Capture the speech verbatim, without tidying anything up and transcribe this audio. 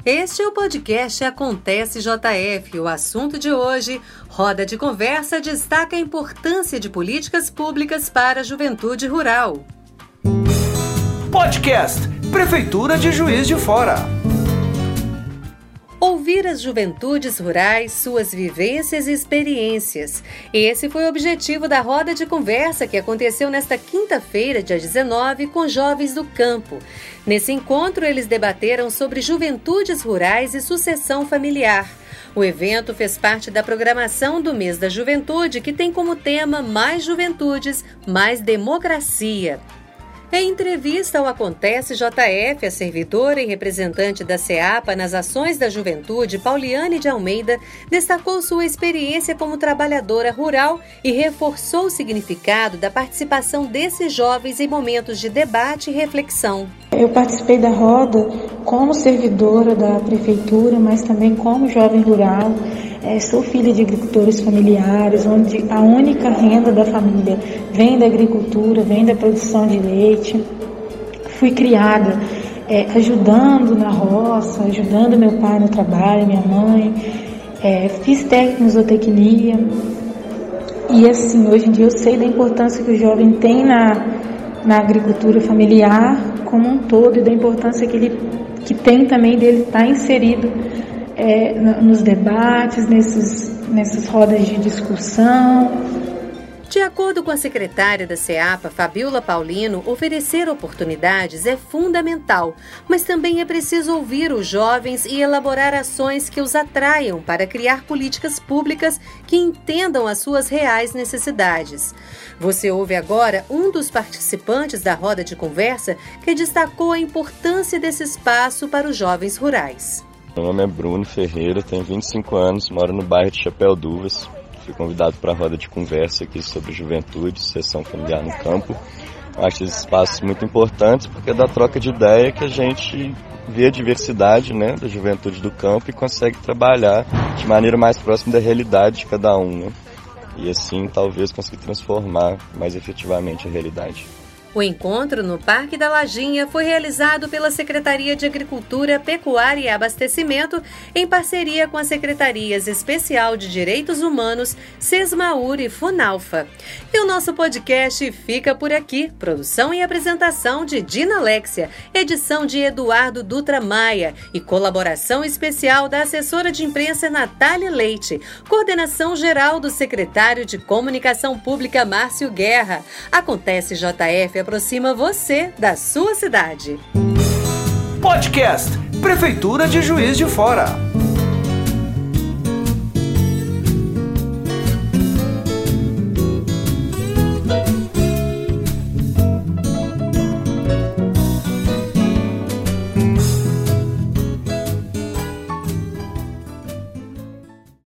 Este é o podcast Acontece J F. O assunto de hoje, roda de conversa, destaca a importância de políticas públicas para a juventude rural. Podcast Prefeitura de Juiz de Fora. Ouvir as juventudes rurais, suas vivências e experiências. Esse foi o objetivo da roda de conversa que aconteceu nesta quinta-feira, dia dezenove, com jovens do campo. Nesse encontro, eles debateram sobre juventudes rurais e sucessão familiar. O evento fez parte da programação do Mês da Juventude, que tem como tema Mais Juventudes, Mais Democracia. Em entrevista ao Acontece J F, a servidora e representante da SEAPA nas ações da juventude, Pauliane de Almeida, destacou sua experiência como trabalhadora rural e reforçou o significado da participação desses jovens em momentos de debate e reflexão. Eu participei da roda como servidora da prefeitura, mas também como jovem rural. É, sou filha de agricultores familiares, onde a única renda da família vem da agricultura, vem da produção de leite. Fui criada é, ajudando na roça, ajudando meu pai no trabalho, minha mãe. É, fiz técnico em zootecnia. E assim, hoje em dia eu sei da importância que o jovem tem na, na agricultura familiar como um todo e da importância que ele que tem também dele estar inserido É, nos debates, nesses, nessas rodas de discussão. De acordo com a secretária da SEAPA, Fabiola Paulino, oferecer oportunidades é fundamental, mas também é preciso ouvir os jovens e elaborar ações que os atraiam para criar políticas públicas que entendam as suas reais necessidades. Você ouve agora um dos participantes da roda de conversa que destacou a importância desse espaço para os jovens rurais. Meu nome é Bruno Ferreira, tenho vinte e cinco anos, moro no bairro de Chapéu d'Uvas. Fui convidado para a roda de conversa aqui sobre juventude, sucessão familiar no campo. Acho esses espaços muito importantes porque é da troca de ideia que a gente vê a diversidade, né, da juventude do campo e consegue trabalhar de maneira mais próxima da realidade de cada um, né? E assim talvez conseguir transformar mais efetivamente a realidade. O encontro no Parque da Lajinha foi realizado pela Secretaria de Agricultura, Pecuária e Abastecimento em parceria com as Secretarias Especial de Direitos Humanos, SESMAUR e FUNALFA. E o nosso podcast fica por aqui. Produção e apresentação de Dina Alexia, edição de Eduardo Dutra Maia e colaboração especial da assessora de imprensa Natália Leite, coordenação geral do secretário de Comunicação Pública Márcio Guerra. Acontece J F aproxima você da sua cidade. Podcast Prefeitura de Juiz de Fora.